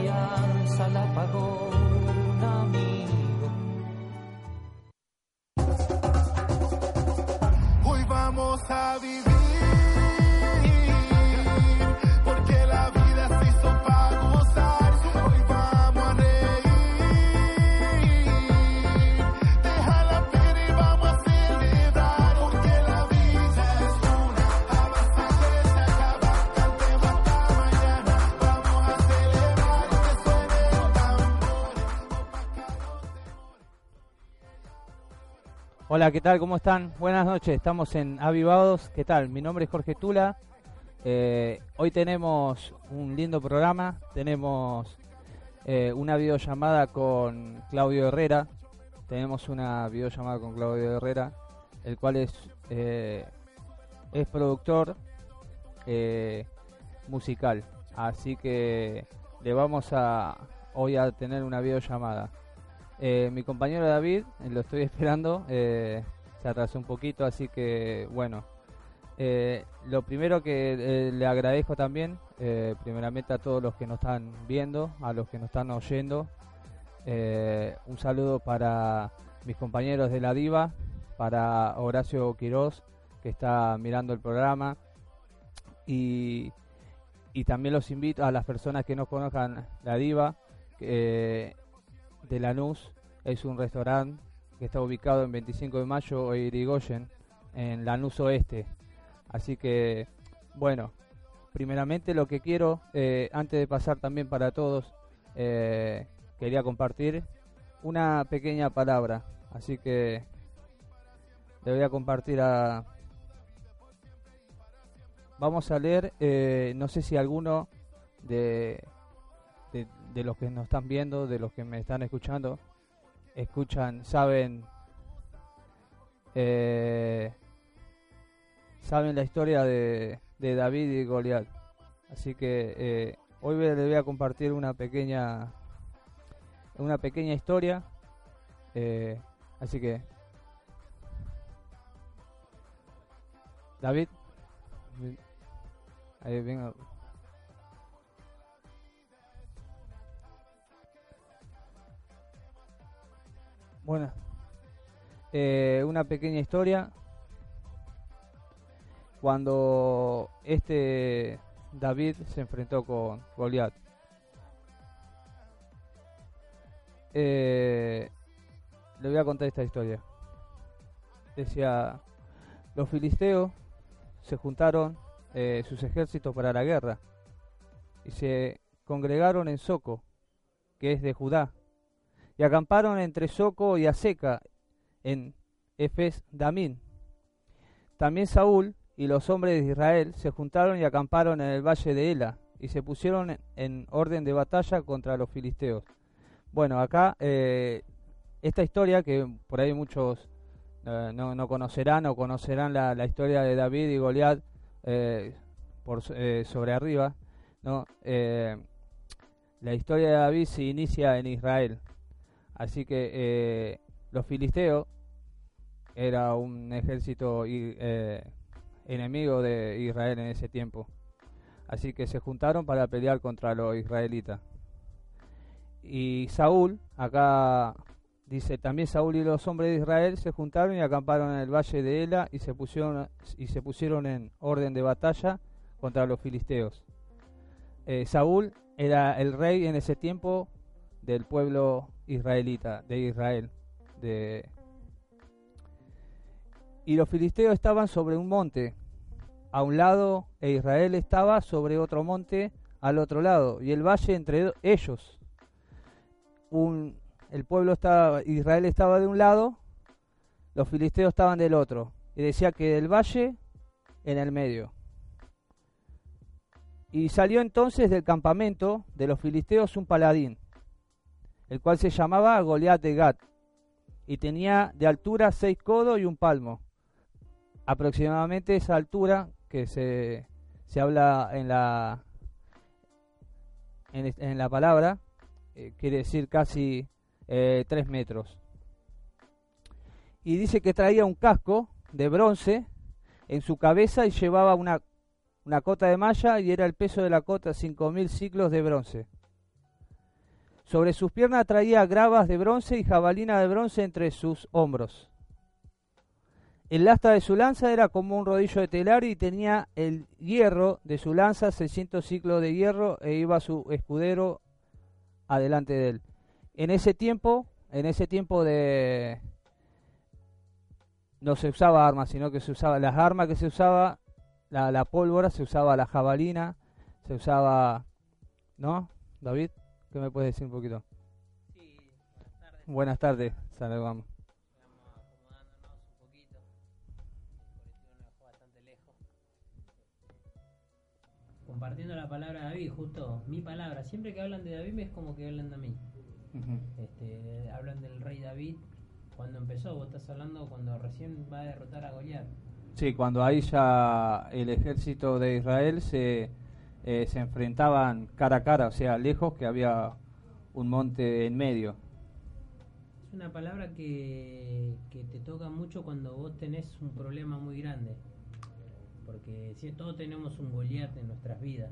confianza la pagó un amigo. Hoy vamos a vivir, porque la vida se hizo para gozar. Hoy vamos a reír, deja la pena y vamos a celebrar, porque la vida es una, avanza que se acaba, cantemos hasta mañana. Vamos a celebrar y que suene el tambor. Hola, ¿qué tal? ¿Cómo están? Buenas noches, estamos en Avivados. ¿Qué tal? Mi nombre es Jorge Tula. Hoy tenemos un lindo programa. Tenemos una videollamada con Claudio Herrera. El cual es productor musical. Así que le vamos a hoy a tener una videollamada. Mi compañero David, lo estoy esperando, se atrasó un poquito, así que bueno, lo primero que le agradezco también, primeramente a todos los que nos están viendo, a los que nos están oyendo, un saludo para mis compañeros de la Diva, para Horacio Quiroz, que está mirando el programa, y también los invito a las personas que no conozcan la Diva, de Lanús. Es un restaurante que está ubicado en 25 de Mayo e Irigoyen, en Lanús Oeste. Así que, bueno, primeramente lo que quiero, antes de pasar también para todos, quería compartir una pequeña palabra. Así que le voy a compartir Vamos a leer, no sé si alguno de los que nos están viendo, de los que me están escuchando, saben la historia de David y Goliat. Así que hoy le voy a compartir una pequeña historia. Así que David, ahí venga. Bueno, una pequeña historia. Cuando David se enfrentó con Goliat, le voy a contar esta historia. Decía, los filisteos se juntaron sus ejércitos para la guerra y se congregaron en Soco, que es de Judá, y acamparon entre Soco y Aseca, en Efes Damín. También Saúl y los hombres de Israel se juntaron y acamparon en el valle de Ela, y se pusieron en orden de batalla contra los filisteos. Bueno, acá esta historia que por ahí muchos no conocerán, o conocerán la historia de David y Goliat sobre arriba, ¿no? La historia de David se inicia en Israel. Así que los filisteos era un ejército enemigo de Israel en ese tiempo. Así que se juntaron para pelear contra los israelitas. Y Saúl, acá dice, también Saúl y los hombres de Israel se juntaron y acamparon en el valle de Ela y se pusieron en orden de batalla contra los filisteos. Saúl era el rey en ese tiempo del pueblo israelita, de Israel. Y los filisteos estaban sobre un monte a un lado, e Israel estaba sobre otro monte al otro lado, y el valle entre ellos. Israel estaba de un lado, los filisteos estaban del otro, y decía que del valle en el medio. Y salió entonces del campamento de los filisteos un paladín, el cual se llamaba Goliat de Gat, y tenía de altura 6 codos y un palmo. Aproximadamente esa altura que se habla en la palabra, quiere decir casi 3 metros. Y dice que traía un casco de bronce en su cabeza y llevaba una cota de malla, y era el peso de la cota 5.000 ciclos de bronce. Sobre sus piernas traía gravas de bronce y jabalina de bronce entre sus hombros. El asta de su lanza era como un rodillo de telar y tenía el hierro de su lanza 600 ciclos de hierro e iba su escudero adelante de él. En ese tiempo de no se usaba armas, sino que se usaba las armas que se usaba, la pólvora, se usaba la jabalina, se usaba, ¿no? David, ¿qué me puedes decir un poquito? Sí, buenas tardes. Buenas tardes, saludamos. Vamos acomodándonos un poquito. El colectivo nos dejó bastante lejos. Compartiendo la palabra de David, justo mi palabra. Siempre que hablan de David es como que hablan de mí. Hablan del rey David. Cuando empezó, vos estás hablando cuando recién va a derrotar a Goliat. Sí, cuando ahí ya el ejército de Israel se enfrentaban cara a cara, o sea, lejos, que había un monte en medio. Es una palabra que te toca mucho cuando vos tenés un problema muy grande. Porque si todos tenemos un Goliat en nuestras vidas.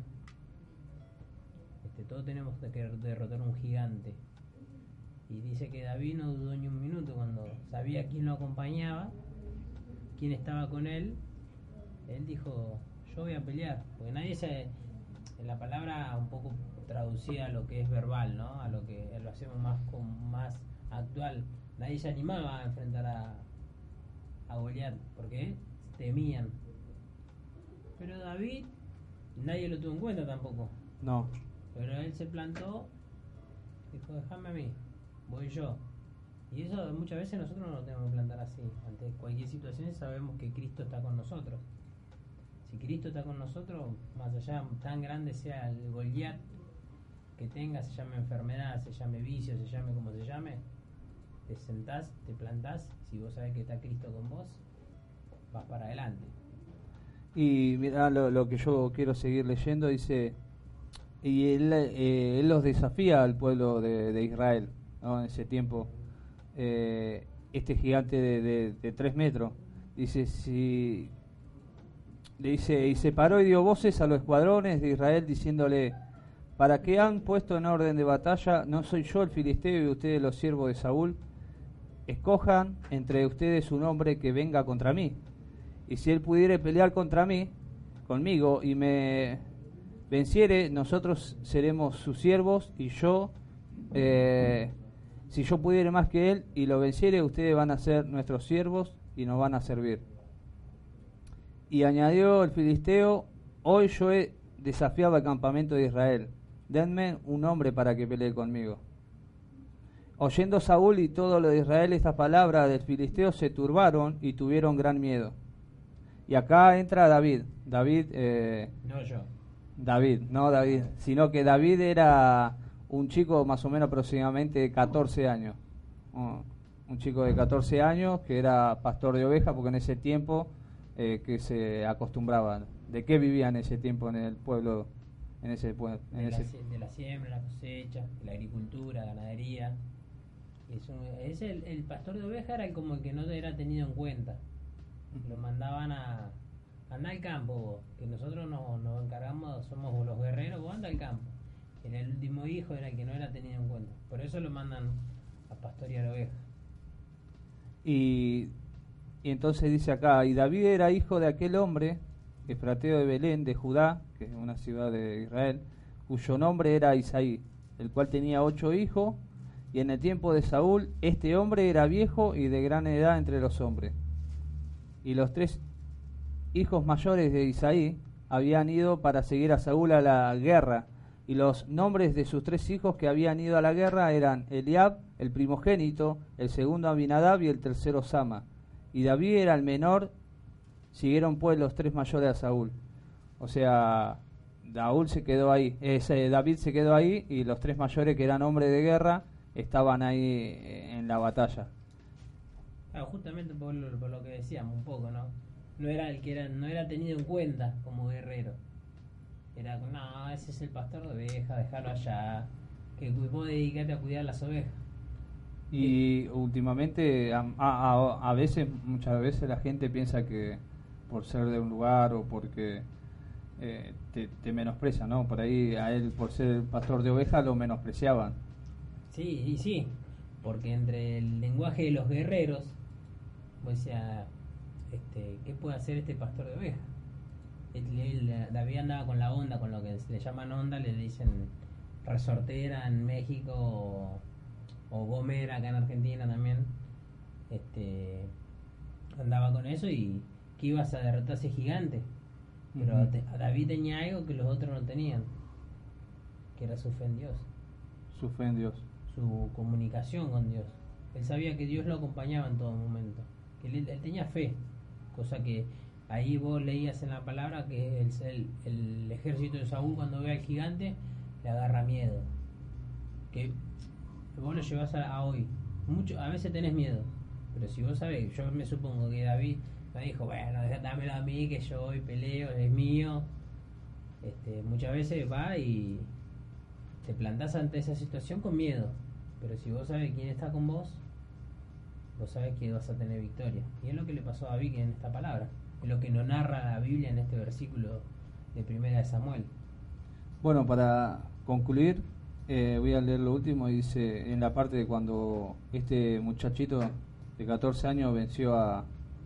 Todos tenemos que derrotar un gigante. Y dice que David no dudó ni un minuto cuando sabía quién lo acompañaba, quién estaba con él. Él dijo, yo voy a pelear. Porque nadie en la palabra un poco traducida a lo que es verbal, ¿no? A lo que lo hacemos más actual. Nadie se animaba a enfrentar a Goliat, porque temían. Pero David, nadie lo tuvo en cuenta tampoco. No. Pero él se plantó, dijo, déjame a mí, voy yo. Y eso muchas veces nosotros no lo tenemos que plantar así. Ante cualquier situación sabemos que Cristo está con nosotros. Si Cristo está con nosotros, más allá tan grande sea el Goliat que tenga, se llame enfermedad, se llame vicio, se llame como se llame, te sentás, te plantás, si vos sabés que está Cristo con vos, vas para adelante. Y mira lo que yo quiero seguir leyendo, dice, y él los desafía al pueblo de Israel, ¿no? En ese tiempo, este gigante de 3 metros, dice, le dice, y se paró y dio voces a los escuadrones de Israel diciéndole, ¿para qué han puesto en orden de batalla? ¿No soy yo el filisteo y ustedes los siervos de Saúl? Escojan entre ustedes un hombre que venga contra mí. Y si él pudiere pelear conmigo y me venciere, nosotros seremos sus siervos, y yo, si yo pudiere más que él y lo venciere, ustedes van a ser nuestros siervos y nos van a servir. Y añadió el filisteo, hoy yo he desafiado al campamento de Israel, denme un hombre para que pelee conmigo. Oyendo Saúl y todo lo de Israel estas palabras del filisteo, se turbaron y tuvieron gran miedo. Y acá entra David, No yo. David, sino que David era un chico más o menos aproximadamente de 14 años. Un chico de 14 años que era pastor de ovejas, porque en ese tiempo que se acostumbraban. ¿De qué vivían en ese tiempo en el pueblo? De la siembra, la cosecha, de la agricultura, ganadería. El pastor de ovejas era como el que no era tenido en cuenta. Lo mandaban a andar al campo, vos, que nosotros nos encargamos, somos los guerreros, vos anda al campo. Era el último hijo, era el que no era tenido en cuenta. Por eso lo mandan a pastorear ovejas. Y entonces dice acá, y David era hijo de aquel hombre, efrateo de Belén, de Judá, que es una ciudad de Israel, cuyo nombre era Isaí, el cual tenía 8 hijos, y en el tiempo de Saúl, este hombre era viejo y de gran edad entre los hombres. Y los 3 hijos mayores de Isaí habían ido para seguir a Saúl a la guerra, y los nombres de sus 3 hijos que habían ido a la guerra eran Eliab, el primogénito, el segundo Abinadab y el tercero Sama. Y David era el menor, siguieron pues los 3 mayores a Saúl. O sea, David se quedó ahí, y los 3 mayores, que eran hombres de guerra, estaban ahí en la batalla. Claro, justamente por lo que decíamos un poco, ¿no? No era tenido en cuenta como guerrero. Era, no, ese es el pastor de ovejas, déjalo allá, que vos dedicate a cuidar las ovejas. Y últimamente, a veces, muchas veces la gente piensa que por ser de un lugar o porque te menosprecia, ¿no? Por ahí a él, por ser pastor de ovejas, lo menospreciaban. Sí, y sí, porque entre el lenguaje de los guerreros, o sea, ¿qué puede hacer este pastor de ovejas? David andaba con la onda, con lo que le llaman onda, le dicen resortera en México o gomera acá en Argentina también. Andaba con eso y que ibas a derrotar a ese gigante. Pero Ujú. David tenía algo que los otros no tenían, que era su fe en Dios, Su fe en Dios. su comunicación con Dios. Él sabía que Dios lo acompañaba en todo momento, que él tenía fe, cosa que ahí vos leías en la palabra que el ejército de Saúl, cuando ve al gigante, le agarra miedo. Que vos lo llevas a hoy. A veces tenés miedo, pero si vos sabés, yo me supongo que David me dijo, bueno, dámelo a mí, que yo hoy peleo, es mío. Muchas veces va y te plantás ante esa situación con miedo, pero si vos sabés quién está con vos sabés que vas a tener victoria. Y es lo que le pasó a David en esta palabra, es lo que nos narra la Biblia en este versículo de Primera de Samuel. Bueno, para concluir, voy a leer lo último. Y dice, en la parte de cuando este muchachito de 14 años venció a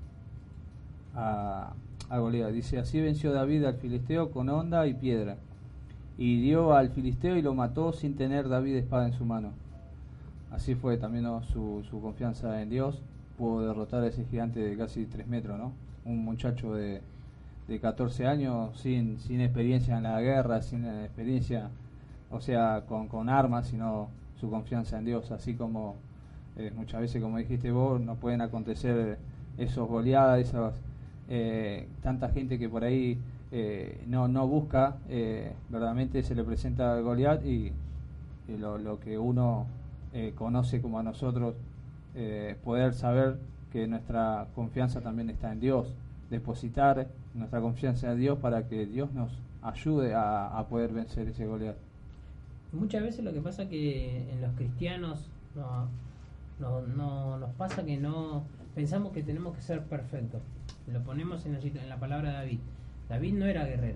Goliat. Dice, así venció David al filisteo con honda y piedra, y dio al filisteo y lo mató sin tener David espada en su mano. Así fue también, ¿no? su confianza en Dios. Pudo derrotar a ese gigante de casi 3 metros, ¿no? Un muchacho de 14 años sin experiencia en la guerra, sin experiencia, o sea, con armas, sino su confianza en Dios. Así como muchas veces, como dijiste vos, nos pueden acontecer esos goleadas, esas tanta gente que por ahí no busca, verdaderamente se le presenta Goliat y lo que uno conoce como a nosotros, poder saber que nuestra confianza también está en Dios, depositar nuestra confianza en Dios para que Dios nos ayude a poder vencer ese Goliat. Muchas veces lo que pasa que en los cristianos no nos pasa que no pensamos que tenemos que ser perfectos. Lo ponemos en la palabra de David. David no era guerrero,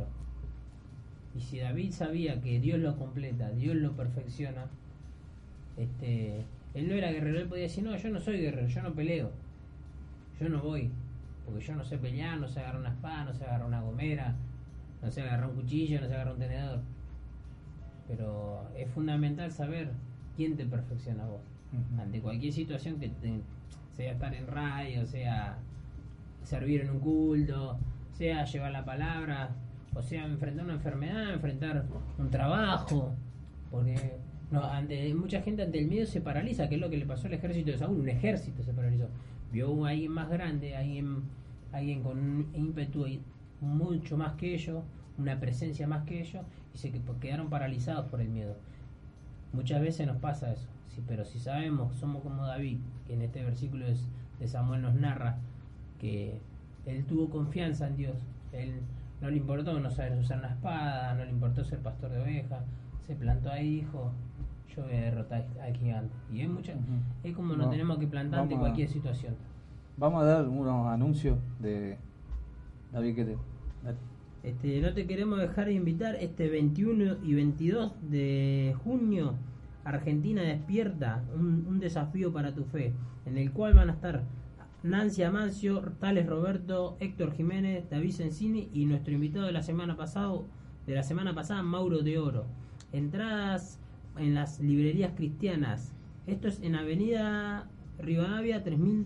y si David sabía que Dios lo completa, Dios lo perfecciona, él no era guerrero. Él podía decir, no, yo no soy guerrero, yo no peleo, yo no voy, porque yo no sé pelear, no sé agarrar una espada, no sé agarrar una gomera, no sé agarrar un cuchillo, no sé agarrar un tenedor. Pero es fundamental saber quién te perfecciona a vos. Ujú. Ante cualquier situación que sea estar en radio, sea servir en un culto, sea llevar la palabra, o sea enfrentar una enfermedad, enfrentar un trabajo, porque mucha gente ante el miedo se paraliza, que es lo que le pasó al ejército de Saúl. Un ejército se paralizó, vio a alguien más grande, alguien con un ímpetu mucho más que ellos, una presencia más que ellos, y quedaron paralizados por el miedo. Muchas veces nos pasa eso, sí, pero si sabemos, somos como David, que en este versículo de Samuel nos narra que él tuvo confianza en Dios. Él no le importó no saber usar una espada, no le importó ser pastor de ovejas, se plantó ahí y dijo, yo voy a derrotar al gigante. Y es como nos tenemos que plantar ante cualquier situación. Vamos a dar unos anuncios de David, que No te queremos dejar de invitar este 21 y 22 de junio, Argentina Despierta, un desafío para tu fe, en el cual van a estar Nancy Amancio, Tales Roberto, Héctor Jiménez, David Sensini y nuestro invitado de la semana pasada, Mauro de Oro. Entradas en las librerías cristianas. Esto es en Avenida Rivadavia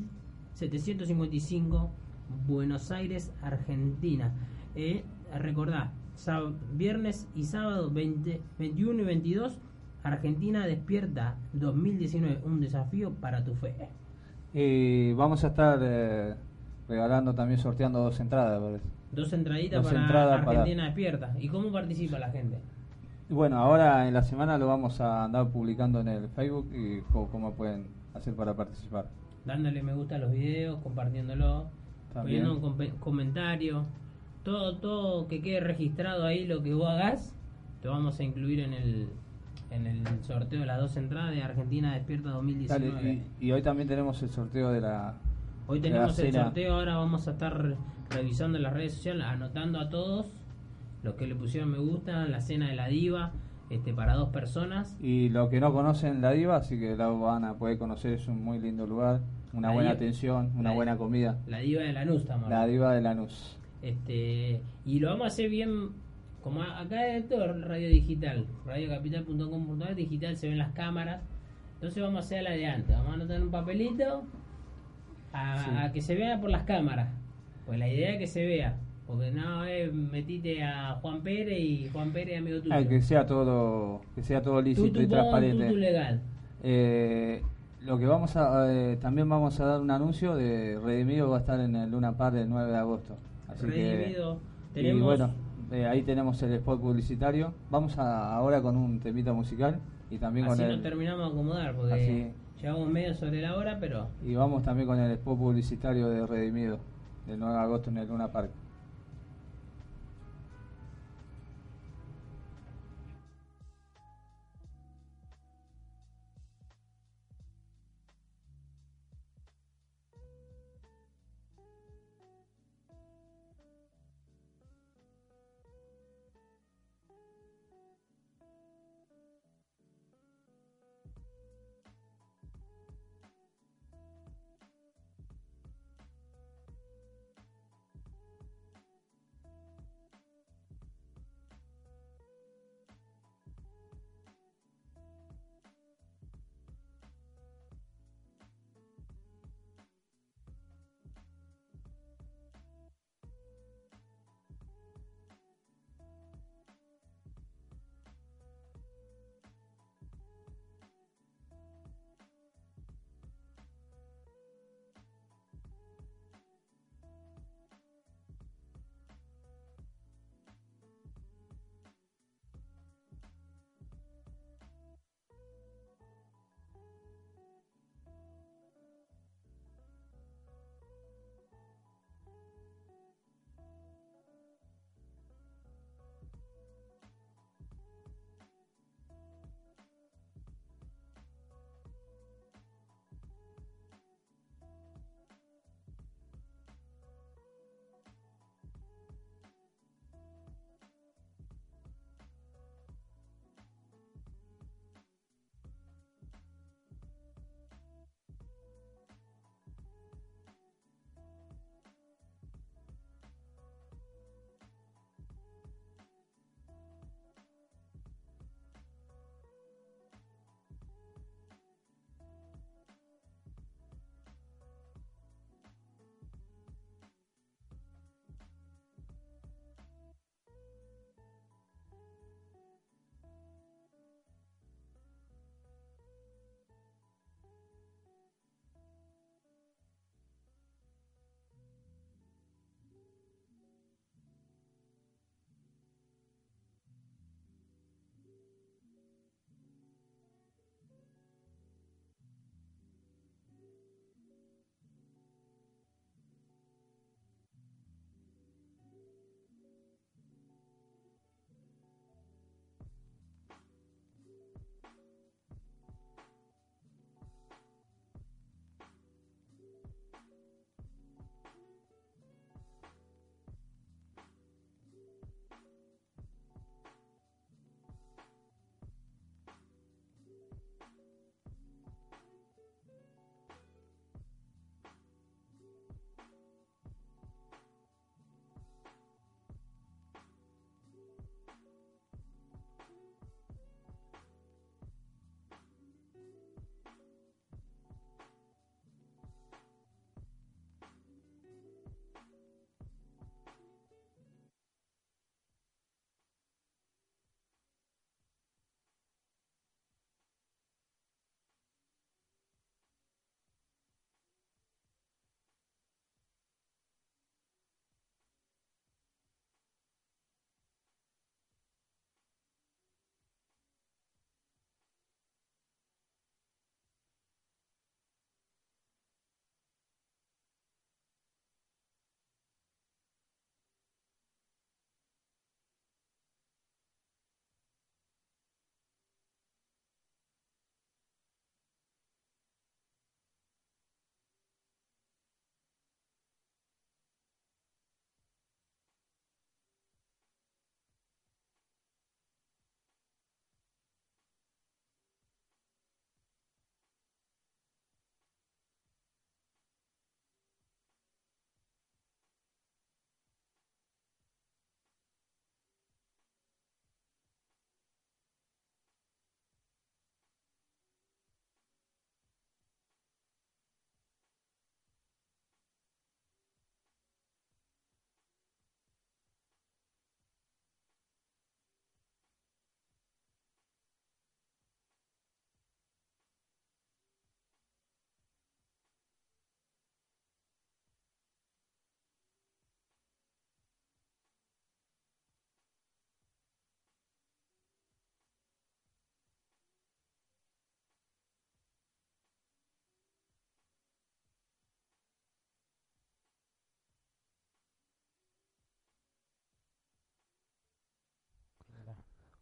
3755, Buenos Aires, Argentina. Recordá, viernes y sábado 21 y 22, Argentina Despierta 2019, un desafío para tu fe. Y vamos a estar regalando también, sorteando 2 entradas, ¿verdad? 2 entraditas Dos para entradas Argentina Despierta. ¿Y cómo participa la gente? Bueno, ahora en la semana lo vamos a andar publicando en el Facebook y cómo pueden hacer para participar. Dándole me gusta a los videos, compartiéndolo, También. poniendo un comentario, todo que quede registrado ahí lo que vos hagas, te vamos a incluir en el sorteo de las 2 entradas de Argentina Despierta 2019. Dale, y hoy también tenemos el sorteo de la... Hoy de tenemos la el cena. sorteo, ahora vamos a estar revisando en las redes sociales, anotando a todos los que le pusieron me gusta, la cena de la diva, para 2 personas. Y los que no conocen La Diva, así que la van a poder conocer, es un muy lindo lugar, una La buena Diva- atención, una la- buena comida. La Diva de Lanús estamos La hablando. Diva de Lanús. Y lo vamos a hacer bien, como acá es todo radio digital, radiocapital.com.ar, digital, se ven las cámaras. Entonces vamos a hacer la de antes, vamos a anotar en un papelito a que se vea por las cámaras. Pues la idea es que se vea, porque no es metite a Juan Pérez y Juan Pérez amigo tuyo. Que sea todo lícito y Tutu transparente. legal. Lo que vamos a también vamos a dar un anuncio de Redimido, va a estar en el Luna Park el 9 de agosto. Así Redimido, que tenemos... y bueno, ahí tenemos el spot publicitario. Vamos ahora con un temita musical y también Así con nos el terminamos de acomodar, porque así, llevamos medio sobre la hora, pero... y vamos también con el spot publicitario de Redimido del 9 de agosto en el Luna Park.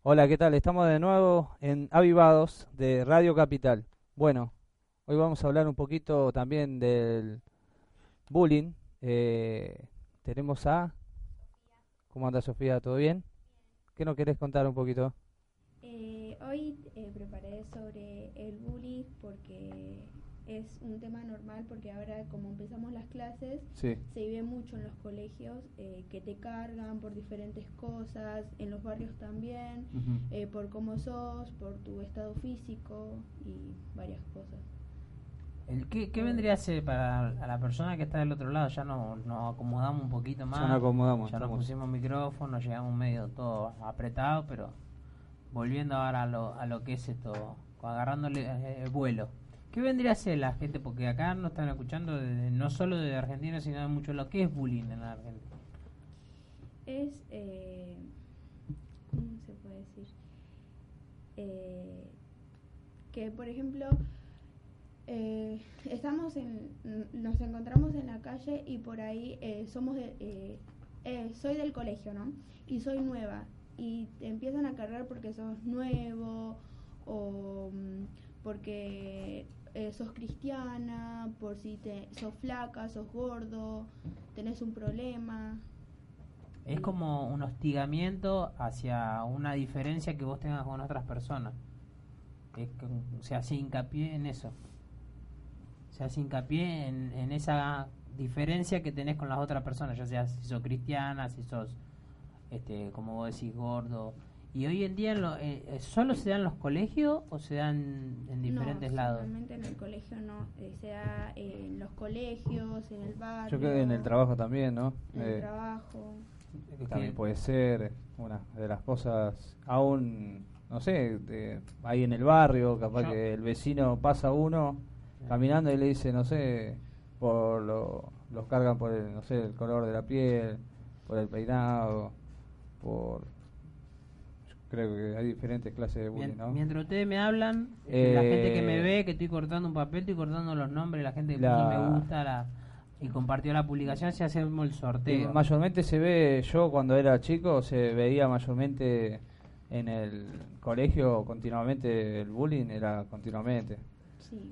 Hola, ¿qué tal? Estamos de nuevo en Avivados de Radio Capital. Bueno, hoy vamos a hablar un poquito también del bullying. Tenemos a... ¿Cómo anda Sofía? ¿Todo bien? ¿Qué nos querés contar un poquito? Hoy preparé sobre el bullying porque es un tema normal, porque ahora como empezamos las clases Sí. se vive mucho en los colegios, que te cargan por diferentes cosas, en los barrios también, por cómo sos, por tu estado físico y varias cosas. ¿Qué vendría a ser para a la persona que está del otro lado? Ya nos acomodamos un poquito más. Ya nos acomodamos. Ya nos estamos- pusimos micrófono, llegamos medio todo apretado, pero volviendo ahora a lo que es esto, agarrándole vuelo. ¿Qué vendría a ser la gente? Porque acá nos están escuchando no solo de Argentina, sino de mucho lo que es bullying en la Argentina. Es, ¿cómo se puede decir? Que por ejemplo, nos encontramos en la calle y por ahí soy del colegio, ¿no? Y soy nueva y te empiezan a cargar porque sos nuevo o porque sos cristiana, por si sos flaca, sos gordo, tenés un problema. Es como un hostigamiento hacia una diferencia que vos tengas con otras personas. Se hace hincapié en eso. Se hace hincapié en esa diferencia que tenés con las otras personas, ya sea si sos cristiana, si sos, como vos decís, gordo. Y hoy en día, ¿solo se da en los colegios o se dan en diferentes lados? Solamente en el colegio no, sea en los colegios, en el barrio. Yo creo que en el trabajo también, ¿no? En el trabajo. También puede ser una de las cosas, aún, no sé, ahí en el barrio, capaz que el vecino pasa uno caminando y le dice, no sé, los cargan por el, no sé, el color de la piel, por el peinado, yo creo que hay diferentes clases de bullying, ¿no? Mientras ustedes me hablan, la gente que me ve, que estoy cortando un papel, estoy cortando los nombres, la gente que puso me gusta y compartió la publicación, se hacemos el sorteo. Mayormente se ve, yo cuando era chico, se veía mayormente en el colegio continuamente, el bullying era continuamente. Sí.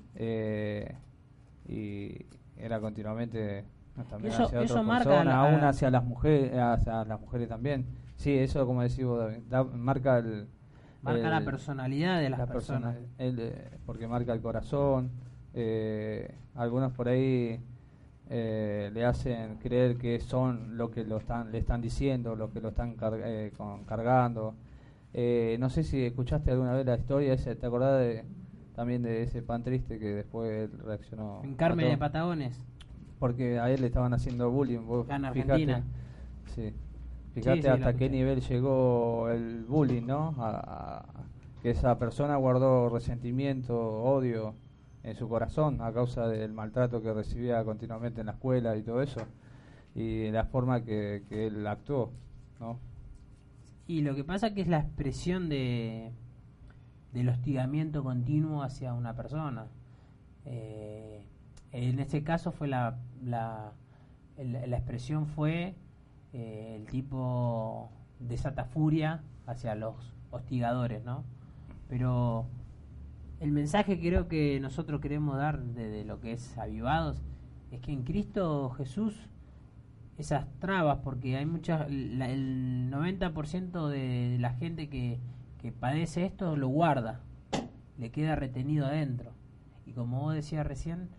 Y era continuamente también Eso hacia otras marca personas, aún hacia las mujeres también. Sí, eso como decís vos, David, marca la personalidad de las personas. Porque marca el corazón. Algunos por ahí le hacen creer que son lo que le están diciendo, lo que lo están cargando. No sé si escuchaste alguna vez la historia esa, ¿te acordás también de ese pan triste que después él reaccionó? En Carmen de Patagones. Porque a él le estaban haciendo bullying. Vos en Argentina. Fíjate Sí, hasta qué nivel llegó el bullying, ¿no? Que esa persona guardó resentimiento, odio en su corazón a causa del maltrato que recibía continuamente en la escuela y todo eso, y la forma que él actuó, ¿no? Y lo que pasa que es la expresión del hostigamiento continuo hacia una persona. En este caso fue la expresión fue el tipo desata furia hacia los hostigadores, ¿no? Pero el mensaje que creo que nosotros queremos dar de lo que es Avivados es que en Cristo Jesús esas trabas, porque hay el 90% de la gente que padece esto lo guarda, le queda retenido adentro, y como vos decías recién,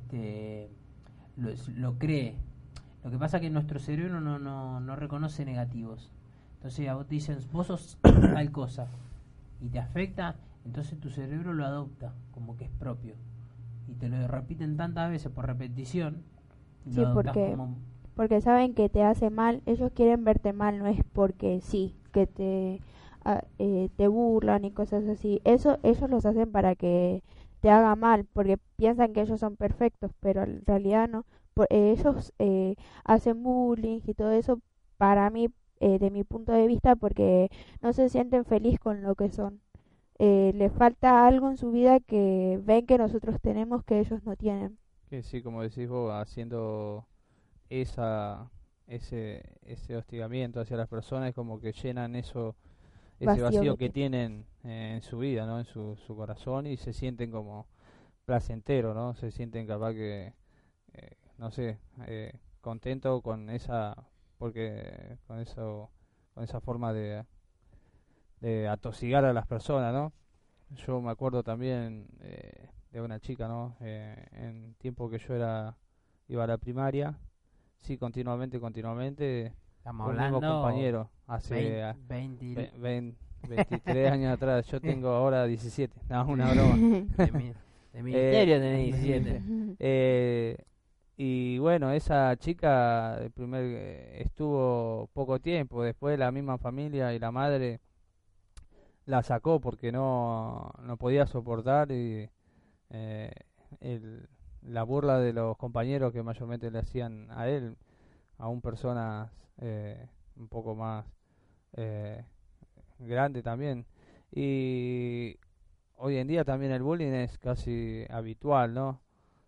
lo cree. Lo que pasa es que nuestro cerebro no reconoce negativos. Entonces a vos te dicen, vos sos tal cosa, y te afecta, entonces tu cerebro lo adopta como que es propio. Y te lo repiten tantas veces por repetición. Y Sí, lo adoptás porque saben que te hace mal. Ellos quieren verte mal, no es porque sí, que te burlan y cosas así. Eso ellos los hacen para que te haga mal, porque piensan que ellos son perfectos, pero en realidad no. Ellos hacen bullying y todo eso para mí, de mi punto de vista, porque no se sienten feliz con lo que son. Les falta algo en su vida que ven que nosotros tenemos que ellos no tienen. Que sí, como decís vos, haciendo ese hostigamiento hacia las personas, como que llenan eso, ese vacío que que tienen en su vida, ¿no? En su corazón y se sienten como placenteros, ¿no? Se sienten capaz que, no sé, contentos con esa, porque con eso, con esa forma de atosigar a las personas, ¿no? Yo me acuerdo también de una chica, ¿no? En tiempo que yo iba a la primaria, sí, continuamente, Estamos un mismo hablando compañero, hace 20, 23 años atrás, yo tengo ahora 17, no, una broma. de ministerio tenés Eh, 17. eh, y bueno, esa chica estuvo poco tiempo, después la misma familia y la madre la sacó porque no podía soportar y eh, el- la burla de los compañeros que mayormente le hacían a él, aún personas un poco más eh, grandes también. Y hoy en día también el bullying es casi habitual, ¿no?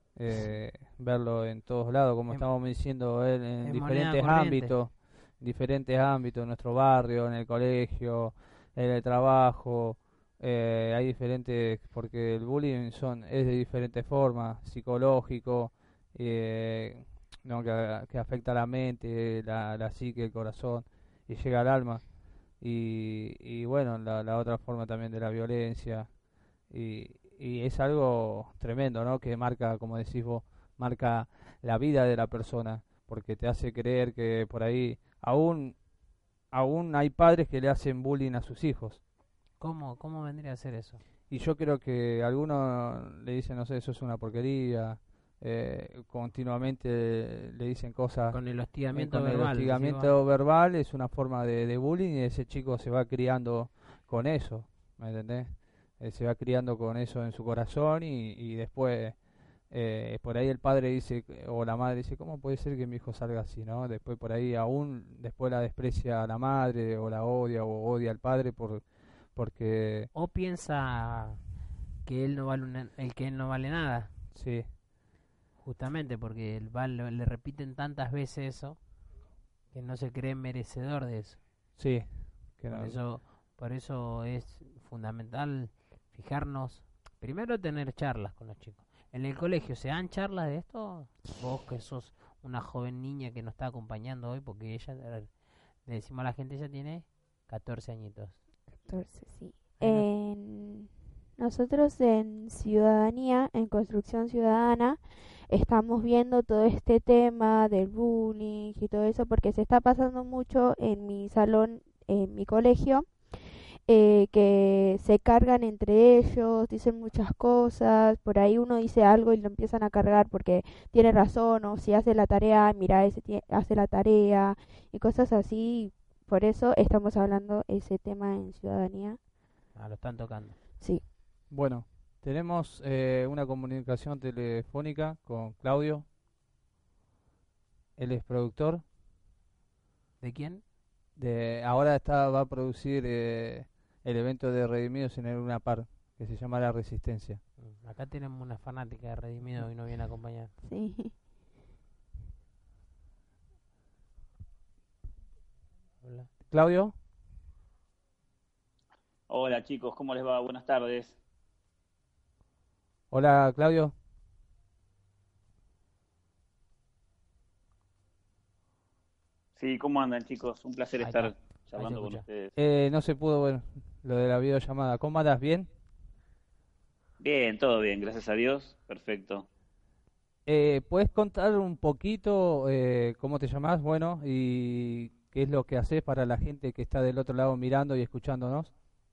Verlo en todos lados, como Es, estamos diciendo, él es moneda corriente. en diferentes ámbitos, en nuestro barrio, en el colegio, en el trabajo, hay diferentes, porque el bullying es de diferentes formas, psicológico, eh, no, que afecta a la mente, la psique, el corazón y llega al alma. Y bueno, la otra forma también de la violencia y es algo tremendo, ¿no? Que marca, como decís vos, marca la vida de la persona, porque te hace creer que por ahí aún hay padres que le hacen bullying a sus hijos. ¿Cómo vendría a ser eso? Y yo creo que algunos le dicen, no sé, eso es una porquería, continuamente le dicen cosas, Con el hostigamiento con el verbal, decís vos. hostigamiento verbal es una forma de bullying y ese chico se va criando con eso, ¿me entendés? Se va criando con eso en su corazón y después por ahí el padre dice o la madre dice, ¿cómo puede ser que mi hijo salga así, no? Después por ahí aún después la desprecia a la madre o la odia o odia al padre porque O piensa que él no vale que él no vale nada, sí, justamente porque le repiten tantas veces eso que no se cree merecedor de eso. sí, que Por no, eso, por eso es fundamental fijarnos, primero tener charlas con los chicos. En el colegio, ¿se dan charlas de esto? Vos que sos una joven niña que nos está acompañando hoy, porque ella, le decimos a la gente, ella tiene 14 añitos. 14, sí. Ahí no- Nosotros en Ciudadanía, en Construcción Ciudadana, estamos viendo todo este tema del bullying y todo eso porque se está pasando mucho en mi salón, en mi colegio, que se cargan entre ellos, dicen muchas cosas, por ahí uno dice algo y lo empiezan a cargar porque tiene razón o si hace la tarea, mira, hace la tarea y cosas así. Por eso estamos hablando ese tema en Ciudadanía. lo están tocando. Sí. bueno, tenemos una comunicación telefónica con Claudio, él es productor, ¿De quién? ahora va a producir el evento de Redimidos en el Luna Park, que se llama La Resistencia. Acá tenemos una fanática de Redimido y no viene a acompañar. Sí. Hola. Claudio, Hola chicos, ¿cómo les va? Buenas tardes. hola Claudio, Sí, ¿cómo andan chicos? Un placer Ahí estar está, ahí se charlando con escucha. ustedes. no se pudo, bueno, lo de la videollamada, ¿cómo andas? ¿Bien? Bien, todo bien, gracias a Dios. Perfecto. ¿Puedes contar un poquito cómo te llamás, bueno, y qué es lo que haces para la gente que está del otro lado mirando y escuchándonos?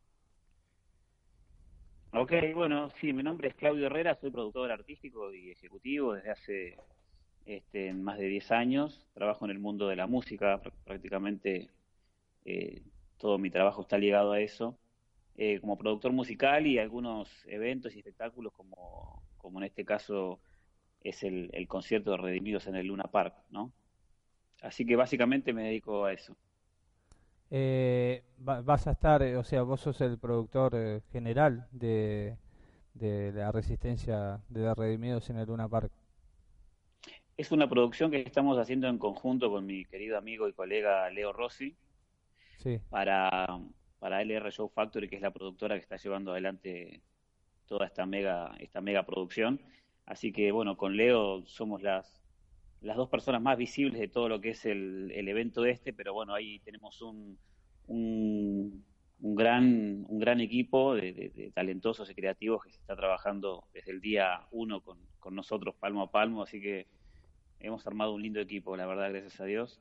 Ok, bueno, sí, mi nombre es Claudio Herrera, soy productor artístico y ejecutivo desde hace más de 10 años. Trabajo en el mundo de la música, prácticamente eh, todo mi trabajo está ligado a eso. Como productor musical y algunos eventos y espectáculos como en este caso es el concierto de Redimidos en el Luna Park, ¿no? Así que básicamente me dedico a eso. Vas a estar, o sea, vos sos el productor general de la resistencia de la Redimidos en el Luna Park. Es una producción que estamos haciendo en conjunto con mi querido amigo y colega Leo Rossi Sí, para para LR Show Factory, que es la productora que está llevando adelante toda esta mega producción. Así que bueno, con Leo somos las dos personas más visibles de todo lo que es el evento pero bueno, ahí tenemos un gran equipo de talentosos y creativos que se está trabajando desde el día uno con nosotros palmo a palmo, así que hemos armado un lindo equipo, la verdad, gracias a Dios.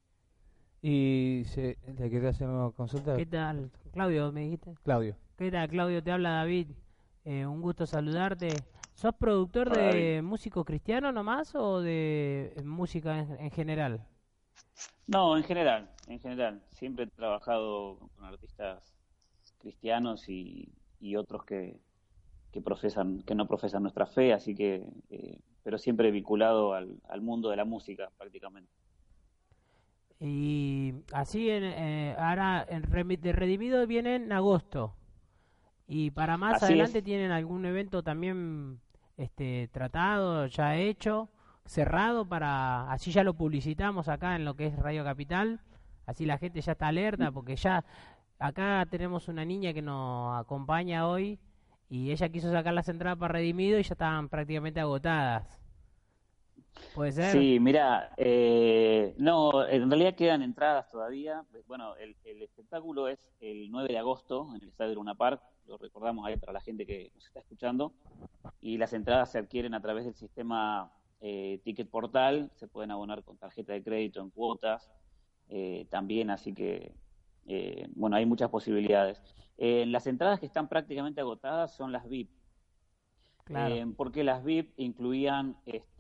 Y ¿le quería hacer una consulta? ¿Qué tal? Claudio, me dijiste. Claudio. ¿Qué tal, Claudio? Te habla David. Un gusto saludarte. ¿Sos productor Hola, de David. músico cristiano nomás o de música en general? No, en general, siempre he trabajado con artistas cristianos y otros que no profesan nuestra fe, así que, pero siempre vinculado al mundo de la música prácticamente. Y así, ahora de Redimido viene en agosto. Y para más Así adelante es. tienen algún evento también tratado, ya hecho, cerrado, para así ya lo publicitamos acá en lo que es Radio Capital. Así la gente ya está alerta, porque ya acá tenemos una niña que nos acompaña hoy y ella quiso sacar las entradas para Redimido y ya estaban prácticamente agotadas. ¿Puede ser? Sí, mira, no, en realidad quedan entradas todavía. Bueno, el espectáculo es el 9 de agosto en el Estadio Luna Park, lo recordamos ahí para la gente que nos está escuchando, y las entradas se adquieren a través del sistema Ticket Portal, se pueden abonar con tarjeta de crédito en cuotas también, así que, bueno, hay muchas posibilidades. Las entradas que están prácticamente agotadas son las VIP. Claro. Porque las VIP incluían,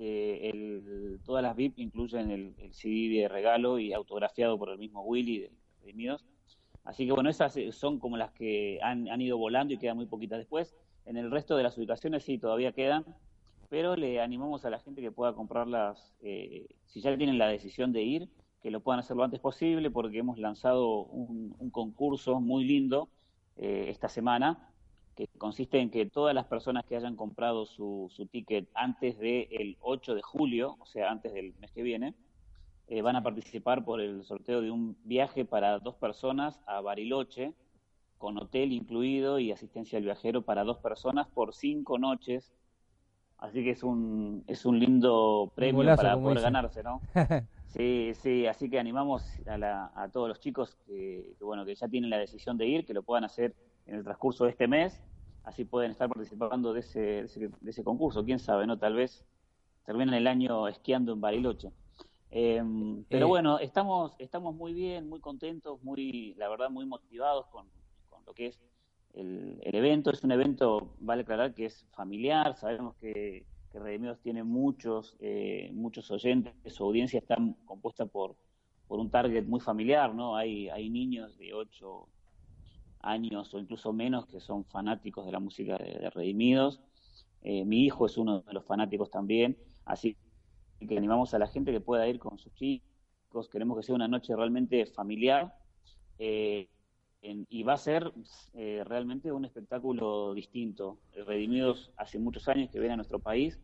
todas las VIP incluyen el CD de regalo y autografiado por el mismo Willy de Redimidos. Así que bueno, esas son como las que han ido volando y quedan muy poquitas después. En el resto de las ubicaciones sí, todavía quedan, pero le animamos a la gente que pueda comprarlas, si ya tienen la decisión de ir, que lo puedan hacer lo antes posible, porque hemos lanzado un concurso muy lindo esta semana, que consiste en que todas las personas que hayan comprado su ticket antes del 8 de julio, o sea, antes del mes que viene, van a participar por el sorteo de un viaje para 2 personas a Bariloche, con hotel incluido y asistencia al viajero para 2 personas por 5 noches. Así que es un lindo premio golazo, para como poder dicen. ganarse, ¿no? Sí, así que animamos a todos los chicos que ya tienen la decisión de ir, que lo puedan hacer en el transcurso de este mes, así pueden estar participando de ese concurso. Quién sabe, ¿no? Tal vez terminen el año esquiando en Bariloche. Pero bueno, estamos muy bien, muy contentos, la verdad, muy motivados con lo que es el evento. Es un evento, vale aclarar, que es familiar. Sabemos que Redimidos tiene muchos oyentes, su audiencia está compuesta por un target muy familiar, ¿no? Hay niños de 8 años o incluso menos que son fanáticos de la música de Redimidos. Mi hijo es uno de los fanáticos también, así que animamos a la gente que pueda ir con sus chicos. Queremos que sea una noche realmente familiar, y va a ser realmente un espectáculo distinto. Redimidos hace muchos años que viene a nuestro país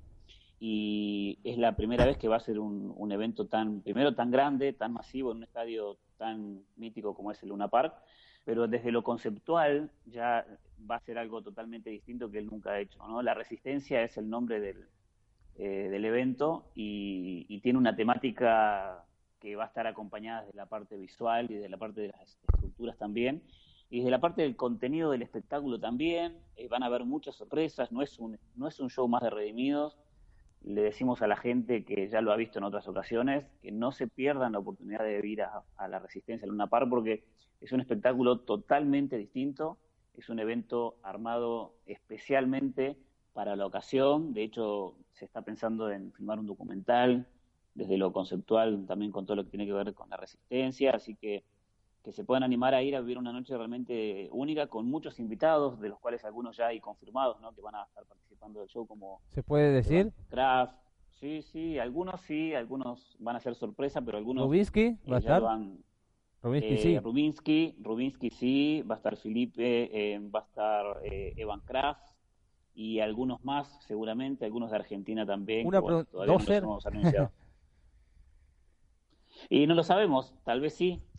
y es la primera vez que va a ser un evento tan grande, tan masivo, en un estadio tan mítico como es el Luna Park, pero desde lo conceptual ya va a ser algo totalmente distinto que él nunca ha hecho, ¿no? La Resistencia es el nombre del evento y tiene una temática que va a estar acompañada de la parte visual y de la parte de las estructuras también, y desde la parte del contenido del espectáculo también. Van a haber muchas sorpresas. No es un show más de Redimidos. Le decimos a la gente que ya lo ha visto en otras ocasiones que no se pierdan la oportunidad de ir a la Resistencia Luna Park, porque es un espectáculo totalmente distinto. Es un evento armado especialmente para la ocasión. De hecho, se está pensando en filmar un documental desde lo conceptual, también con todo lo que tiene que ver con la Resistencia, así que se puedan animar a ir a vivir una noche realmente única, con muchos invitados, de los cuales algunos ya hay confirmados, ¿no?, que van a estar participando del show, como ¿Se puede decir? Kraft. Sí, algunos van a ser sorpresa, pero algunos ¿Rubinsky va a ya estar? lo han... Rubinsky sí. Rubinsky sí, va a estar Felipe, va a estar Evan Kraft y algunos más, seguramente, algunos de Argentina también, Una que, bueno, pregunta, todavía no los ¿Dozer? hemos anunciado. Y no lo sabemos, tal vez sí.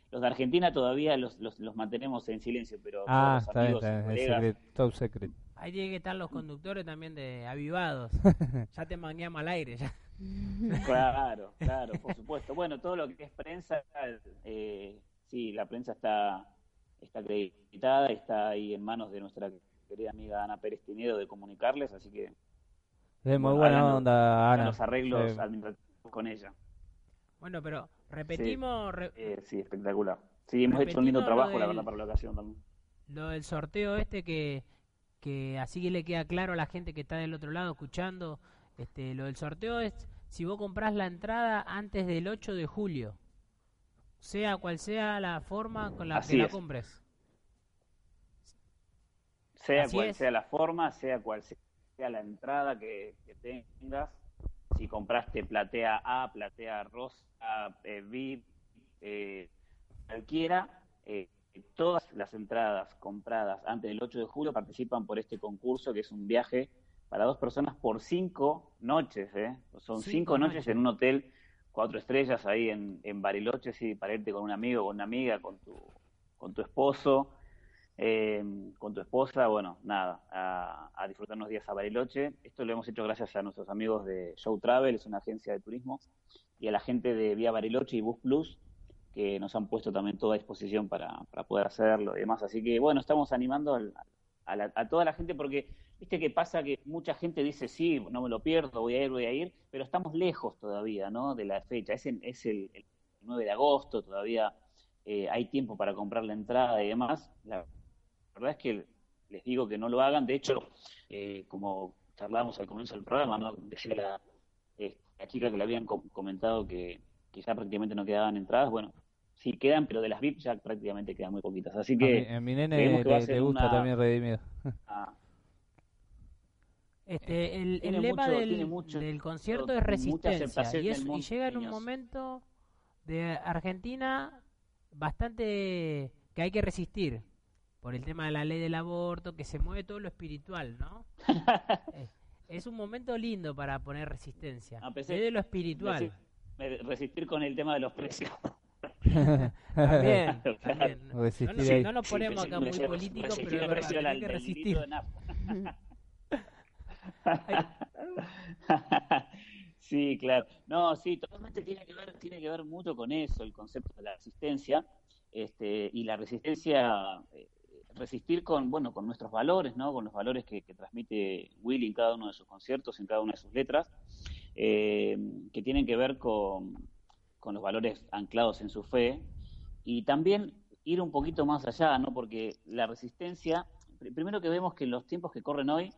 Los de Argentina todavía los mantenemos en silencio, pero todos Ah, los está bien, amigos y está bien, es colegas, secret, top secret. Ahí tienen que estar los conductores también de avivados. Ya te mangueamos al aire. Ya. claro, por supuesto. Bueno, todo lo que es prensa, sí, la prensa está acreditada, está ahí en manos de nuestra querida amiga Ana Pérez Tinedo de comunicarles, así que, Es muy bueno, buena hagan onda, Ana. los arreglos Sí. administrativos con ella. Bueno, pero Sí, repetimos, sí, espectacular. Sí, hemos hecho un lindo repetimos trabajo, la verdad, para la ocasión también. lo del sorteo este que así que le queda claro a la gente que está del otro lado escuchando. Lo del sorteo es si vos comprás la entrada antes del 8 de julio, sea cual sea la forma con la que Así la es. compres. Sea Así cual es. sea la forma, sea cual sea la entrada que tengas, si compraste platea A, platea rosa, VIP, cualquiera, todas las entradas compradas antes del 8 de julio participan por este concurso, que es un viaje para 2 personas por 5 noches, ¿eh? Son 5 5 noches en noches. un hotel 4 estrellas ahí en Bariloche, sí, para irte con un amigo, con una amiga, con tu esposo, con tu esposa, bueno, nada, a disfrutar unos días a Bariloche. Esto lo hemos hecho gracias a nuestros amigos de Show Travel, es una agencia de turismo, y a la gente de Vía Bariloche y Bus Plus, que nos han puesto también toda a disposición para poder hacerlo y demás. Así que, bueno, estamos animando a toda la gente porque, viste que pasa que mucha gente dice, sí, no me lo pierdo, voy a ir, pero estamos lejos todavía, ¿no?, de la fecha. Es el 9 de agosto, todavía hay tiempo para comprar la entrada y demás. La verdad es que les digo que no lo hagan. De hecho, como charlábamos al comienzo del programa, ¿no?, decía la chica que le habían comentado que ya prácticamente no quedaban entradas. Bueno, sí quedan, pero de las VIP ya prácticamente quedan muy poquitas. Así A que mi creemos nene que va a le ser gusta también Redimido. una- El tiene lema mucho, del concierto es mucha resistencia aceptación y, en el y mundo llega de en un niños. momento de Argentina bastante que hay que resistir por el tema de la ley del aborto, que se mueve todo lo espiritual, ¿no? Eh, es un momento lindo para poner resistencia, Ah, pensé desde lo espiritual. resistir con el tema de los precios. También, Claro, también. Resistir ahí. No nos ponemos acá muy políticos, resistir pero el es precio verdad, tenés que del resistir. litro de nafta. Sí, claro. No, sí, totalmente tiene que ver mucho con eso, el concepto de la resistencia, y la resistencia, resistir con, bueno, con nuestros valores, ¿no? Con los valores que transmite Willy en cada uno de sus conciertos, en cada una de sus letras, que tienen que ver con los valores anclados en su fe, y también ir un poquito más allá, ¿no? Porque la resistencia, primero que vemos que en los tiempos que corren hoy,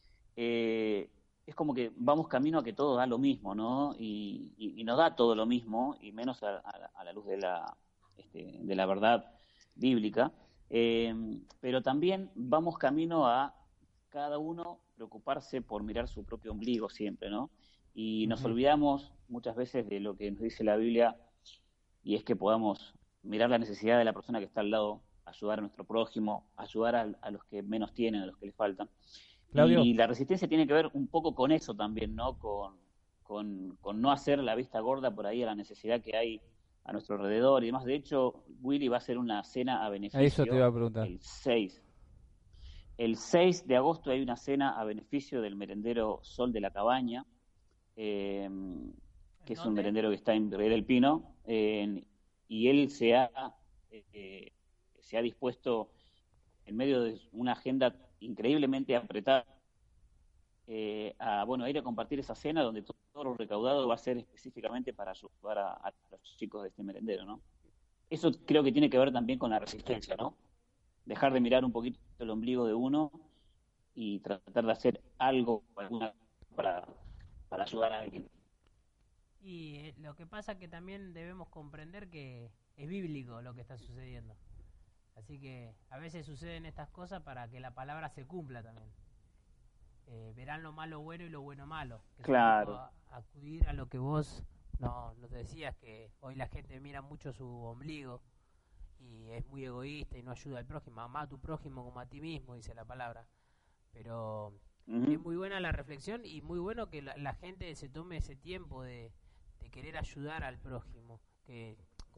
es como que vamos camino a que todo da lo mismo, ¿no? Y nos da todo lo mismo, y menos a la luz de la verdad bíblica. Pero también vamos camino a cada uno preocuparse por mirar su propio ombligo siempre, ¿no? Y nos olvidamos muchas veces de lo que nos dice la Biblia, y es que podamos mirar la necesidad de la persona que está al lado, ayudar a nuestro prójimo, ayudar a los que menos tienen, a los que les faltan. Claudio. Y la resistencia tiene que ver un poco con eso también, ¿no? Con no hacer la vista gorda por ahí a la necesidad que hay a nuestro alrededor y demás. De hecho, Willy va a hacer una cena a beneficio Eso te iba a preguntar. el 6. El 6 de agosto hay una cena a beneficio del merendero Sol de la Cabaña, que es un ¿Dónde? merendero que está en Virrey del Pino, y él se ha dispuesto, en medio de una agenda increíblemente apretada, a ir a compartir esa cena donde todo lo recaudado va a ser específicamente para ayudar a los chicos de este merendero, ¿no? Eso creo que tiene que ver también con la resistencia, ¿no? Dejar de mirar un poquito el ombligo de uno y tratar de hacer algo para ayudar a alguien. Y lo que pasa que también debemos comprender que es bíblico lo que está sucediendo. Así que a veces suceden estas cosas para que la palabra se cumpla también. Verán lo malo bueno y lo bueno malo. Que Claro. es un poco acudir a lo que vos no te decías, que hoy la gente mira mucho su ombligo y es muy egoísta y no ayuda al prójimo. Amá a tu prójimo como a ti mismo, dice la palabra. Pero es muy buena la reflexión y muy bueno que la gente se tome ese tiempo de querer ayudar al prójimo. Que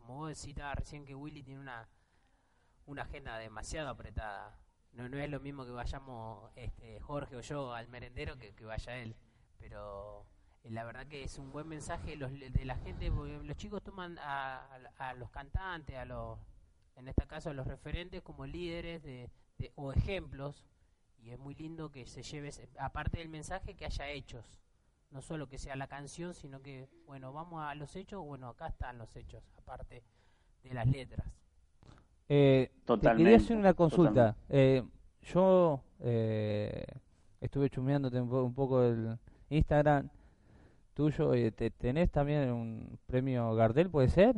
como vos citabas recién, que Willy tiene una agenda demasiado apretada. No es lo mismo que vayamos Jorge o yo al merendero que vaya él, pero la verdad que es un buen mensaje de la gente, porque los chicos toman a los cantantes, en este caso a los referentes, como líderes o ejemplos, y es muy lindo que se lleve, aparte del mensaje, que haya hechos, no solo que sea la canción, sino que, bueno, vamos a los hechos, bueno, acá están los hechos, aparte de las letras. Te Totalmente. quería hacer una consulta. Yo estuve chumeándote un poco el Instagram tuyo. ¿Tenés también un premio Gardel, puede ser?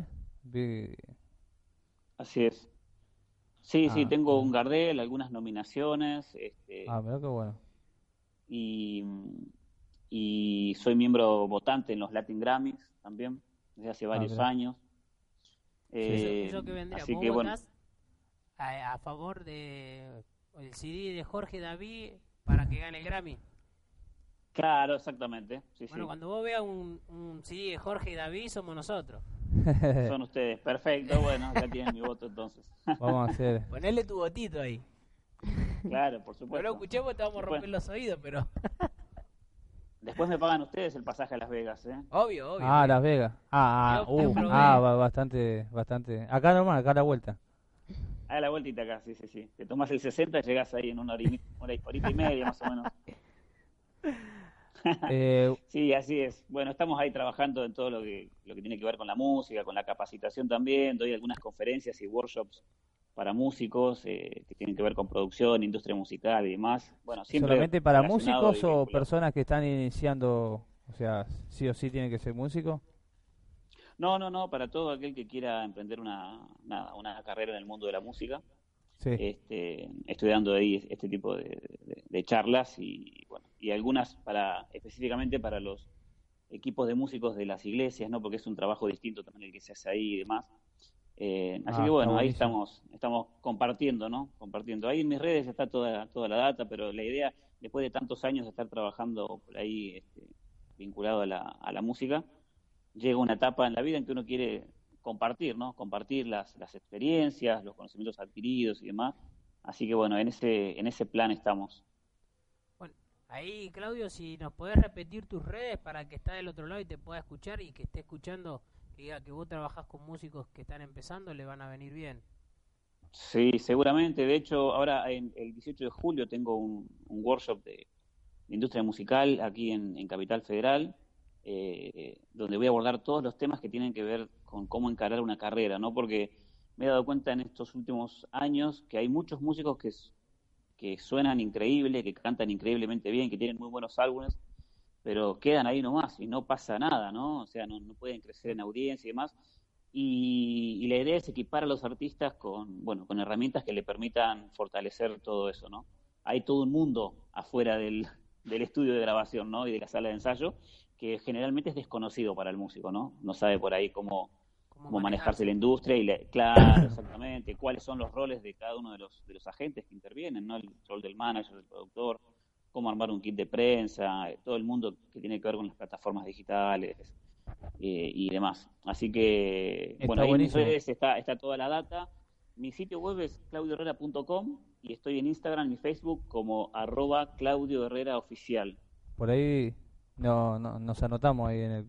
Así es. Sí, Ah, tengo un Gardel, algunas nominaciones, mira qué bueno. y, y soy miembro votante en los Latin Grammys también, desde hace varios Mirá. años. Eso que vendría, Así vos que bueno, votás a favor de el CD de Jorge David para que gane el Grammy. claro, exactamente. Sí, Bueno, sí. cuando vos veas un CD de Jorge David, somos nosotros. Son ustedes. Perfecto, bueno, ya tienen mi voto entonces. Vamos a hacer. Ponele tu votito ahí. Claro, por No supuesto. lo escuchemos, te vamos a Después, romper los oídos, pero después me pagan ustedes el pasaje a Las Vegas, ¿eh? obvio. Las Vegas. Yo te probé. Bastante. Acá nomás, acá a la vuelta. A la vueltita acá, sí. Te tomas el 60 y llegás ahí en una horita y media más o menos. Sí, así es. Bueno, estamos ahí trabajando en todo lo que tiene que ver con la música, con la capacitación también. Doy algunas conferencias y workshops para músicos que tienen que ver con producción, industria musical y demás. Bueno, siempre ¿Solamente para relacionado músicos y o vinculado. personas que están iniciando? O sea, sí o sí tiene que ser músico. No, para todo aquel que quiera emprender una carrera en el mundo de la música. Sí. Estoy dando ahí este tipo de charlas y bueno, y algunas específicamente para los equipos de músicos de las iglesias, ¿no? Porque es un trabajo distinto también el que se hace ahí y demás. Así que bueno, está ahí buenísimo. estamos compartiendo, ¿no? Compartiendo. Ahí en mis redes está toda la data, pero la idea, después de tantos años de estar trabajando por ahí vinculado a la música, llega una etapa en la vida en que uno quiere compartir, ¿no? Compartir las experiencias, los conocimientos adquiridos y demás. Así que bueno, en ese plan estamos. Bueno, ahí, Claudio, si nos podés repetir tus redes para el que está del otro lado y te pueda escuchar y que esté escuchando, que diga que vos trabajás con músicos que están empezando, le van a venir bien. Sí, seguramente. De hecho, ahora el 18 de julio tengo un workshop de industria musical aquí en Capital Federal, donde voy a abordar todos los temas que tienen que ver con cómo encarar una carrera, ¿no? Porque me he dado cuenta en estos últimos años que hay muchos músicos que suenan increíble, que cantan increíblemente bien, que tienen muy buenos álbumes, pero quedan ahí nomás y no pasa nada, ¿no? O sea, no pueden crecer en audiencia y demás. Y la idea es equipar a los artistas con herramientas que le permitan fortalecer todo eso, ¿no? Hay todo un mundo afuera del estudio de grabación, ¿no? Y de la sala de ensayo, que generalmente es desconocido para el músico, ¿no? No sabe por ahí cómo manejarse la industria claro, exactamente, cuáles son los roles de cada uno de los agentes que intervienen, ¿no? El rol del manager, del productor, cómo armar un kit de prensa, todo el mundo que tiene que ver con las plataformas digitales y demás. Así que, Está bueno, ahí buenísimo. en mis redes está toda la data. Mi sitio web es claudioherrera.com y estoy en Instagram y Facebook como @ClaudioHerreraOficial. Por ahí nos anotamos ahí en el.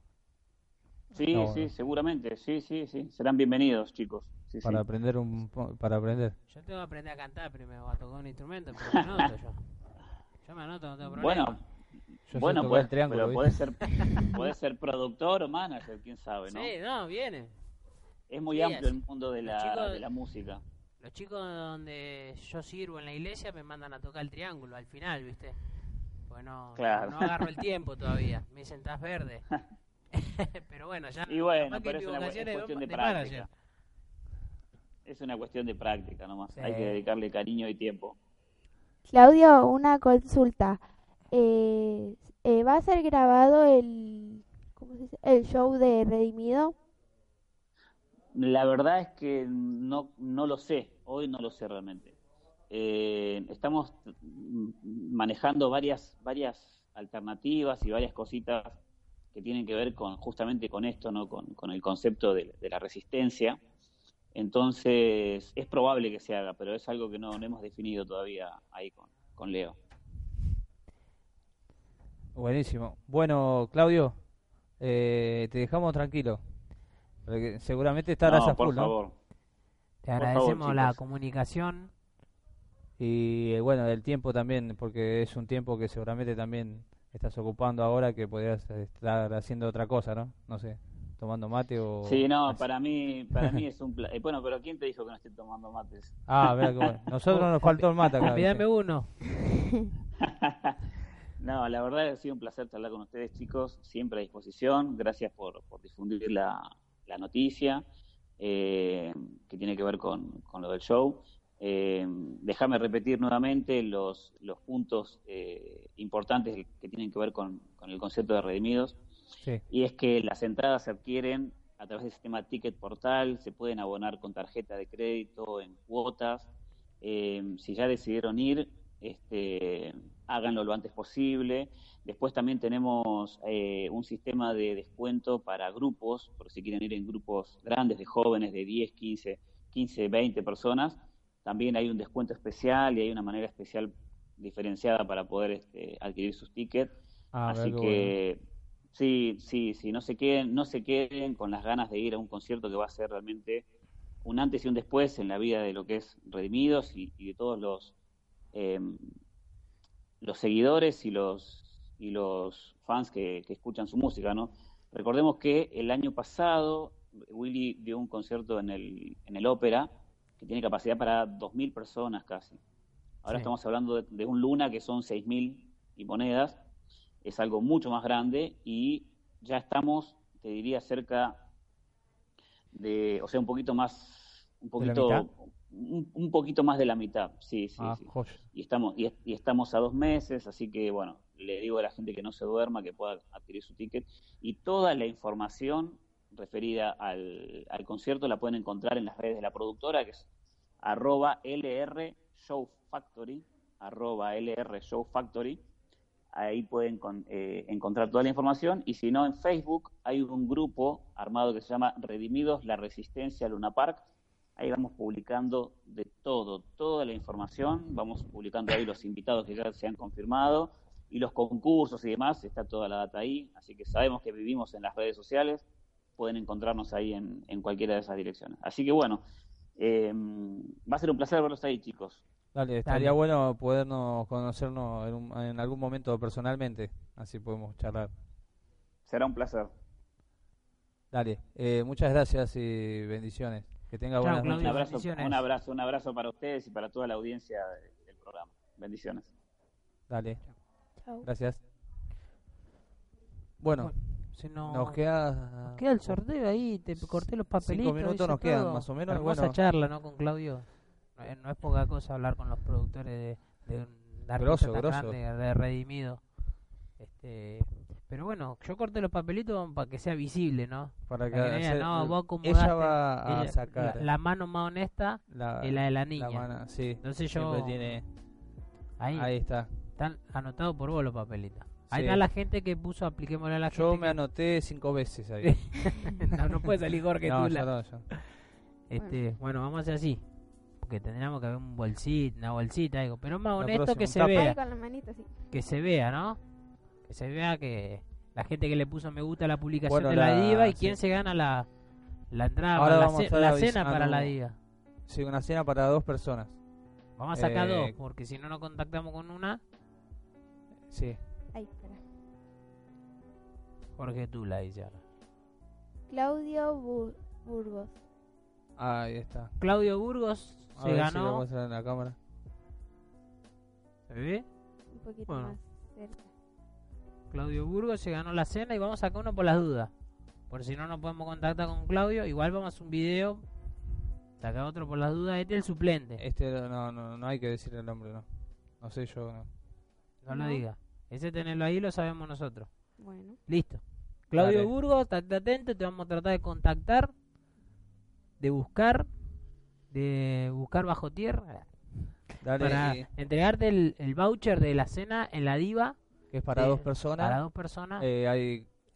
Sí, Está bueno. seguramente, sí. Serán bienvenidos, chicos. Sí, Para aprender para aprender. Yo tengo que aprender a cantar primero, a tocar un instrumento, pero me anoto yo. Yo me anoto, no tengo problema. Bueno, Yo sé bueno, tocar pues, el triángulo, pero ¿viste? puede ser productor o manager, quién sabe, ¿no? Sí, no, viene. Es muy Sí, amplio así. el mundo de Los chicos- la música. Los chicos donde yo sirvo en la iglesia me mandan a tocar el triángulo al final, ¿viste? Pues Claro. no agarro el tiempo todavía. Me dicen, estás verde. Pero bueno, ya. Y bueno, capaz que pero es equivocaciones cuestión de manager. práctica. Es una cuestión de práctica nomás. Sí. Hay que dedicarle cariño y tiempo. Claudio, una consulta. ¿Va a ser grabado ¿cómo se dice? El show de Redimido? La verdad es que no lo sé. Hoy no lo sé realmente. Estamos manejando varias alternativas y varias cositas que tienen que ver justamente con esto, ¿no? Con el concepto de la resistencia. Entonces, es probable que se haga, pero es algo que no hemos definido todavía ahí con Leo. Buenísimo. Bueno, Claudio, te dejamos tranquilo, porque seguramente estarás a Por full, ¿no? favor. Te Por agradecemos favor, la chicos. comunicación. Y bueno, del tiempo también, porque es un tiempo que seguramente también estás ocupando ahora, que podrías estar haciendo otra cosa, ¿no? No sé, tomando mate o... Sí, no, para mí es un placer. Bueno, pero ¿quién te dijo que no estoy tomando mates? Ah, mira que bueno. Nosotros nos faltó el mate acá. Convídame ¿viste? uno. No, la verdad ha sido un placer charlar con ustedes, chicos, siempre a disposición. Gracias por difundir la noticia que tiene que ver con lo del show. Déjame repetir nuevamente los puntos importantes que tienen que ver con el concepto de Redimidos. Sí. Y es que las entradas se adquieren a través del sistema Ticket Portal, se pueden abonar con tarjeta de crédito, en cuotas. Si ya decidieron ir, háganlo lo antes posible. Después también tenemos un sistema de descuento para grupos, por si quieren ir en grupos grandes de jóvenes de 10, 15, 20 personas. También hay un descuento especial y hay una manera especial diferenciada para poder adquirir sus tickets. Así que sí, no se queden con las ganas de ir a un concierto que va a ser realmente un antes y un después en la vida de lo que es Redimidos y de todos los seguidores y los fans que escuchan su música, ¿no? Recordemos que el año pasado Willy dio un concierto en el Ópera que tiene capacidad para 2.000 personas casi. Ahora estamos hablando de un Luna que son 6.000 y monedas. Es algo mucho más grande y ya estamos, te diría, cerca de, o sea, un poquito más de la mitad, sí. Y estamos a 2 meses, así que bueno, le digo a la gente que no se duerma, que pueda adquirir su ticket, y toda la información referida al concierto la pueden encontrar en las redes de la productora, que es @LRShowFactory, @LRShowFactory. Ahí pueden encontrar toda la información, y si no, en Facebook hay un grupo armado que se llama Redimidos la Resistencia Luna Park. Ahí vamos publicando de toda la información, vamos publicando ahí los invitados que ya se han confirmado, y los concursos y demás, está toda la data ahí, así que sabemos que vivimos en las redes sociales, pueden encontrarnos ahí en cualquiera de esas direcciones. Así que bueno, va a ser un placer verlos ahí, chicos. Dale, estaría bueno podernos conocernos en algún momento personalmente, así podemos charlar. Será un placer. Dale, muchas gracias y bendiciones. Que tenga buenas noches. Un abrazo para ustedes y para toda la audiencia del programa. Bendiciones. Dale. Chau. Gracias. Bueno, nos queda el sorteo ahí, te corté los papelitos. 5 minutos nos quedan, más o menos. Hermosa charla, ¿no? Con Claudio. No es poca cosa hablar con los productores de un artista tan grande, de Redimido. Pero bueno, yo corté los papelitos para que sea visible, ¿no? Para que vos acomodaste, ella va a sacar la mano más honesta es la de la niña. Sí. Entonces tiene... ahí está. Están anotados por vos los papelitos. Ahí Sí. está la gente que puso, apliquémosle a la gente. Yo me anoté 5 veces ahí. no puede salir Jorge no, Tula. yo. Bueno, vamos a hacer así. Porque tendríamos que haber una bolsita, algo. Pero más honesto próximo, que un se tupper. vea. Ahí con la manito, sí. Que se vea, ¿no? Que se vea que la gente que le puso me gusta a la publicación Bueno, de la diva y sí. quién se gana la entrada Ahora para vamos a estar la cena avisando. para la diva. Sí, una cena para 2 personas. Vamos a sacar 2, porque si no nos contactamos con una. Sí. Ahí, espera. Jorge Tula dice ahora. Claudio Burgos. Ahí está. Claudio Burgos A se ver si lo ganó. muestran en la cámara. ¿Se ve? Un poquito Bueno. más cerca. Claudio Burgos se ganó la cena y vamos a sacar uno por las dudas. Por si no nos podemos contactar con Claudio, igual vamos a hacer un video. Saca otro por las dudas. Este es el suplente. No hay que decir el nombre, no. No sé yo, no. No lo diga. Ese tenerlo ahí lo sabemos nosotros. Bueno. Listo. Claudio Dale. Burgos, estate atento, te vamos a tratar de contactar, de buscar bajo tierra Dale, para entregarte el voucher de la cena en la diva. que es para 2 personas. Para 2 personas. Hay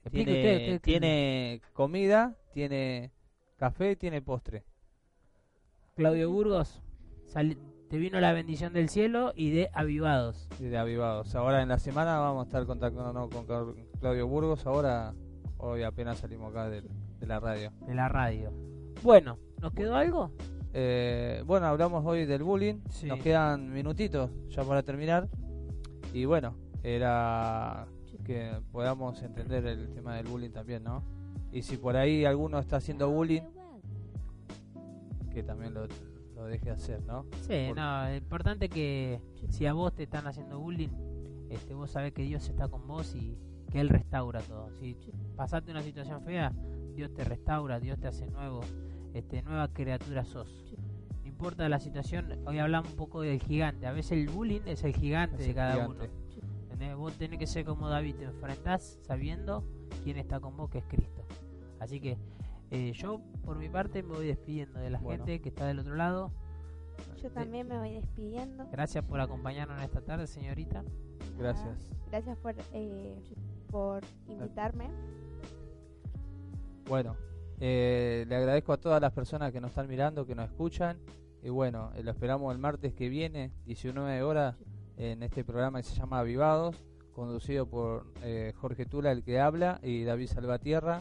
Explique Tiene, usted, tiene comida, tiene café, tiene postre. Claudio Burgos, te vino la bendición del cielo y de Avivados. Y de Avivados. Ahora en la semana vamos a estar contactándonos con Claudio Burgos. Hoy apenas salimos acá de la radio. De la radio. Bueno, ¿nos quedó algo? Bueno, hablamos hoy del bullying. Sí. Nos quedan minutitos ya para terminar. Y bueno, era que podamos entender el tema del bullying también, ¿no? Y si por ahí alguno está haciendo bullying, que también lo deje hacer, ¿no? Sí, no, es importante que si a vos te están haciendo bullying, vos sabés que Dios está con vos y que Él restaura todo. Si pasaste una situación fea, Dios te restaura, Dios te hace nuevo, nueva criatura sos. No importa la situación, hoy hablamos un poco del gigante. A veces el bullying es el gigante de cada uno. ¿Entendés? Vos tenés que ser como David, te enfrentás sabiendo quién está con vos, que es Cristo. Así que yo, por mi parte, me voy despidiendo de la gente que está del otro lado. Yo también me voy despidiendo. Gracias por acompañarnos en esta tarde, señorita. Gracias. Gracias por invitarme. Bueno, le agradezco a todas las personas que nos están mirando, que nos escuchan. Y bueno, lo esperamos el martes que viene, 19 horas, en este programa que se llama Avivados, conducido por Jorge Tula, el que habla, y David Salvatierra.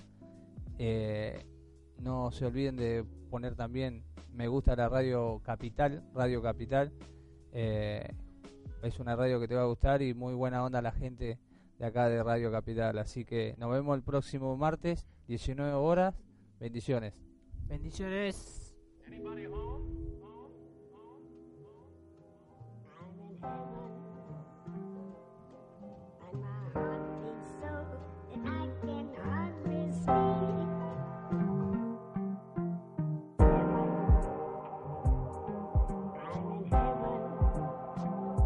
No se olviden de poner también me gusta la Radio Capital. Es una radio que te va a gustar y muy buena onda la gente de acá de Radio Capital. Así que nos vemos el próximo martes, 19 horas. Bendiciones. Bendiciones.